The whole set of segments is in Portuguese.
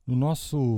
No nosso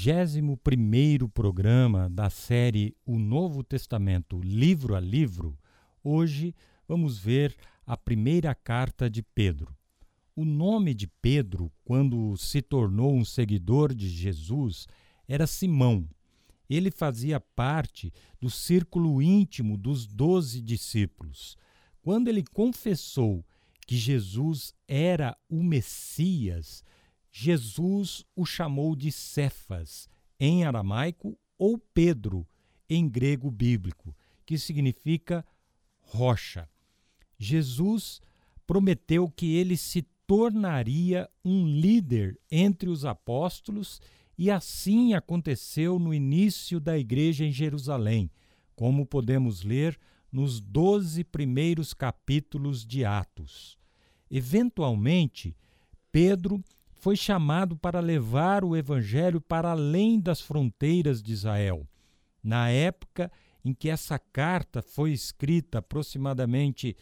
21º programa da série O Novo Testamento, livro a livro, hoje vamos ver a primeira carta de Pedro. O nome de Pedro, quando se tornou um seguidor de Jesus, era Simão. Ele fazia parte do círculo íntimo dos 12 discípulos. Quando ele confessou que Jesus era o Messias, Jesus o chamou de Cefas, em aramaico, ou Pedro, em grego bíblico, que significa rocha. Jesus prometeu que ele se tornaria um líder entre os apóstolos e assim aconteceu no início da igreja em Jerusalém, como podemos ler nos 12 primeiros capítulos de Atos. Eventualmente, Pedro foi chamado para levar o evangelho para além das fronteiras de Israel. Na época em que essa carta foi escrita, aproximadamente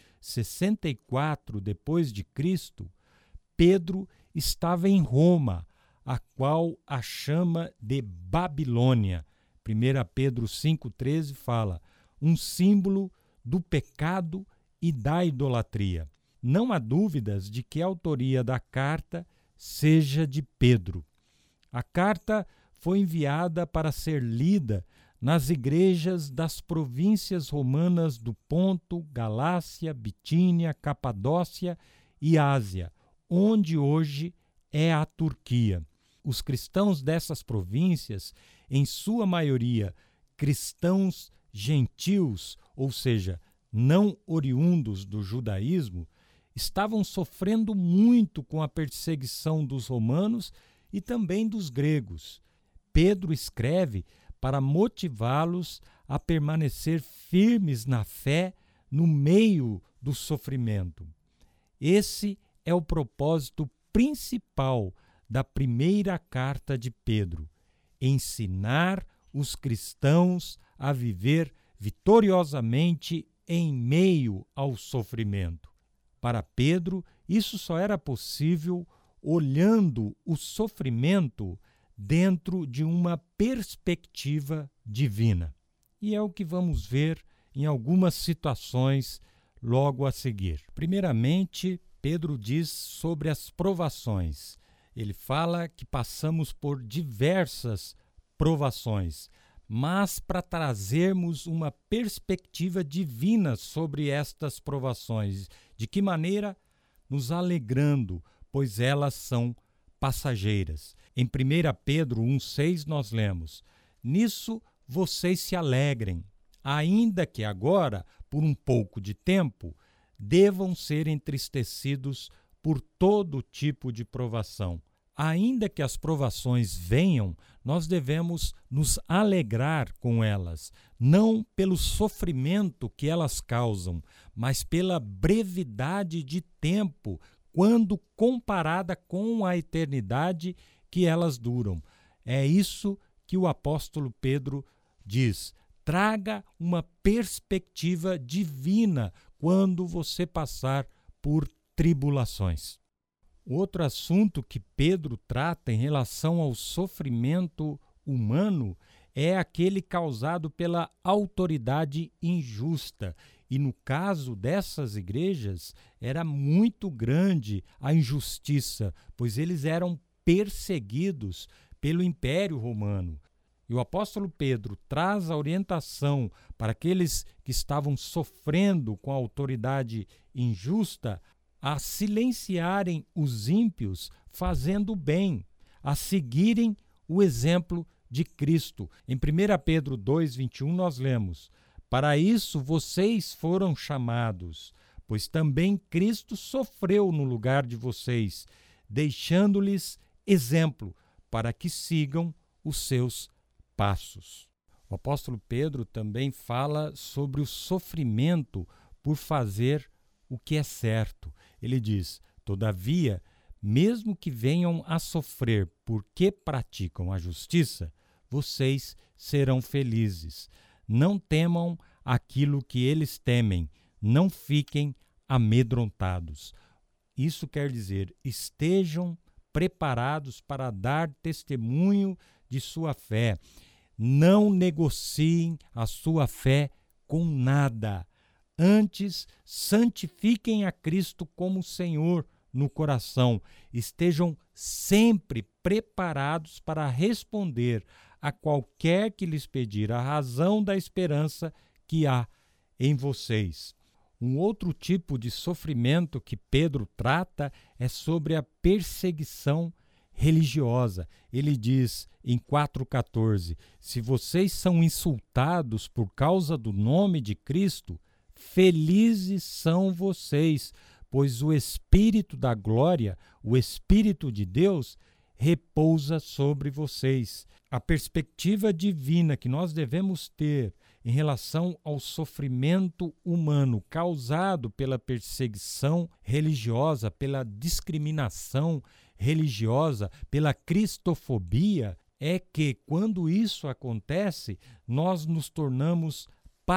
64 depois de Cristo, Pedro estava em Roma, a qual a chama de Babilônia. 1 Pedro 5,13 fala, um símbolo do pecado e da idolatria. Não há dúvidas de que a autoria da carta seja de Pedro. A carta foi enviada para ser lida nas igrejas das províncias romanas do Ponto, Galácia, Bitínia, Capadócia e Ásia, onde hoje é a Turquia. Os cristãos dessas províncias, em sua maioria cristãos gentios, ou seja, não oriundos do judaísmo, estavam sofrendo muito com a perseguição dos romanos e também dos gregos. Pedro escreve para motivá-los a permanecer firmes na fé no meio do sofrimento. Esse é o propósito principal da primeira carta de Pedro: ensinar os cristãos a viver vitoriosamente em meio ao sofrimento. Para Pedro, isso só era possível olhando o sofrimento dentro de uma perspectiva divina. E é o que vamos ver em algumas situações logo a seguir. Primeiramente, Pedro diz sobre as provações. Ele fala que passamos por diversas provações, mas para trazermos uma perspectiva divina sobre estas provações. De que maneira? Nos alegrando, pois elas são passageiras. Em 1 Pedro 1,6 nós lemos, nisso vocês se alegrem, ainda que agora, por um pouco de tempo, devam ser entristecidos por todo tipo de provação. Ainda que as provações venham, nós devemos nos alegrar com elas, não pelo sofrimento que elas causam, mas pela brevidade de tempo, quando comparada com a eternidade que elas duram. É isso que o apóstolo Pedro diz. Traga uma perspectiva divina quando você passar por tribulações. Outro assunto que Pedro trata em relação ao sofrimento humano é aquele causado pela autoridade injusta. E no caso dessas igrejas, era muito grande a injustiça, pois eles eram perseguidos pelo Império Romano. E o apóstolo Pedro traz a orientação para aqueles que estavam sofrendo com a autoridade injusta a silenciarem os ímpios fazendo o bem, a seguirem o exemplo de Cristo. Em 1 Pedro 2,21 nós lemos, para isso vocês foram chamados, pois também Cristo sofreu no lugar de vocês, deixando-lhes exemplo para que sigam os seus passos. O apóstolo Pedro também fala sobre o sofrimento por fazer o que é certo. Ele diz, todavia, mesmo que venham a sofrer porque praticam a justiça, vocês serão felizes. Não temam aquilo que eles temem, não fiquem amedrontados. Isso quer dizer, estejam preparados para dar testemunho de sua fé. Não negociem a sua fé com nada. Antes, santifiquem a Cristo como Senhor no coração. Estejam sempre preparados para responder a qualquer que lhes pedir a razão da esperança que há em vocês. Um outro tipo de sofrimento que Pedro trata é sobre a perseguição religiosa. Ele diz em 4,14: se vocês são insultados por causa do nome de Cristo, felizes são vocês, pois o Espírito da glória, o Espírito de Deus, repousa sobre vocês. A perspectiva divina que nós devemos ter em relação ao sofrimento humano causado pela perseguição religiosa, pela discriminação religiosa, pela cristofobia, é que, quando isso acontece, nós nos tornamos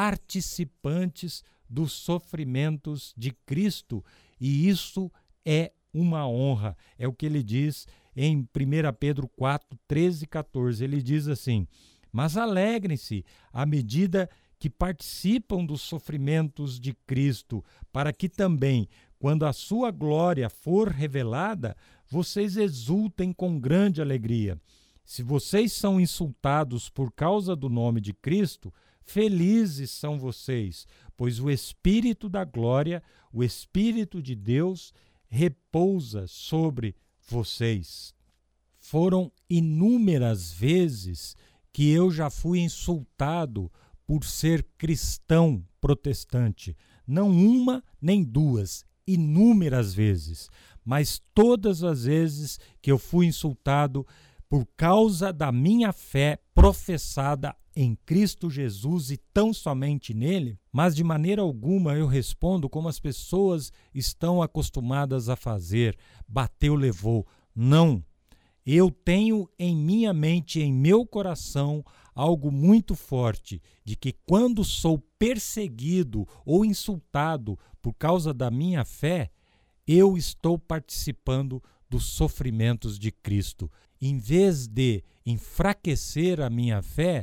participantes dos sofrimentos de Cristo, e isso é uma honra. É o que ele diz em 1 Pedro 4, 13 e 14. Ele diz assim: mas alegrem-se à medida que participam dos sofrimentos de Cristo, para que também, quando a sua glória for revelada, vocês exultem com grande alegria. Se vocês são insultados por causa do nome de Cristo, felizes são vocês, pois o Espírito da glória, o Espírito de Deus, repousa sobre vocês. Foram inúmeras vezes que eu já fui insultado por ser cristão protestante. Não uma nem duas, inúmeras vezes. Mas todas as vezes que eu fui insultado por causa da minha fé professada em Cristo Jesus e tão somente nele, mas de maneira alguma eu respondo como as pessoas estão acostumadas a fazer: bateu, levou. Não. Eu tenho em minha mente, em meu coração, algo muito forte, de que quando sou perseguido ou insultado por causa da minha fé, eu estou participando dos sofrimentos de Cristo. Em vez de enfraquecer a minha fé,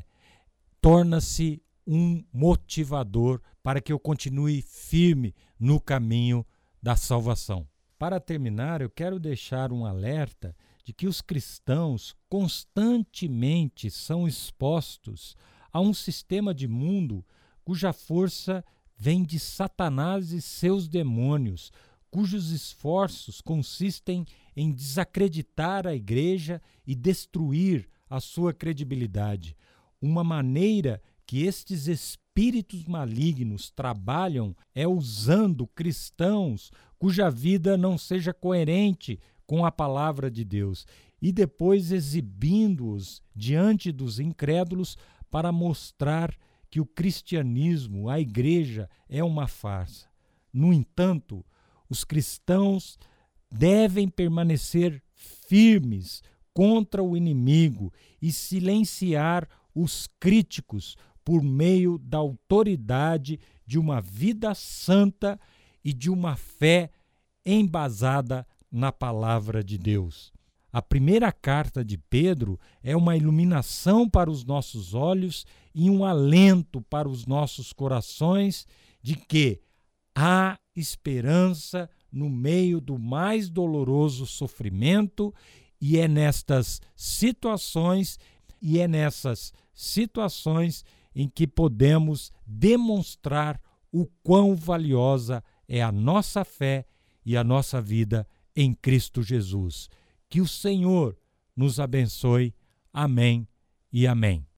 torna-se um motivador para que eu continue firme no caminho da salvação. Para terminar, eu quero deixar um alerta de que os cristãos constantemente são expostos a um sistema de mundo cuja força vem de Satanás e seus demônios, cujos esforços consistem em desacreditar a igreja e destruir a sua credibilidade. Uma maneira que estes espíritos malignos trabalham é usando cristãos cuja vida não seja coerente com a palavra de Deus e depois exibindo-os diante dos incrédulos para mostrar que o cristianismo, a igreja, é uma farsa. No entanto, os cristãos devem permanecer firmes contra o inimigo e silenciar os críticos por meio da autoridade de uma vida santa e de uma fé embasada na palavra de Deus. A primeira carta de Pedro é uma iluminação para os nossos olhos e um alento para os nossos corações de que há esperança no meio do mais doloroso sofrimento, e é nessas situações em que podemos demonstrar o quão valiosa é a nossa fé e a nossa vida em Cristo Jesus. Que o Senhor nos abençoe. Amém e amém.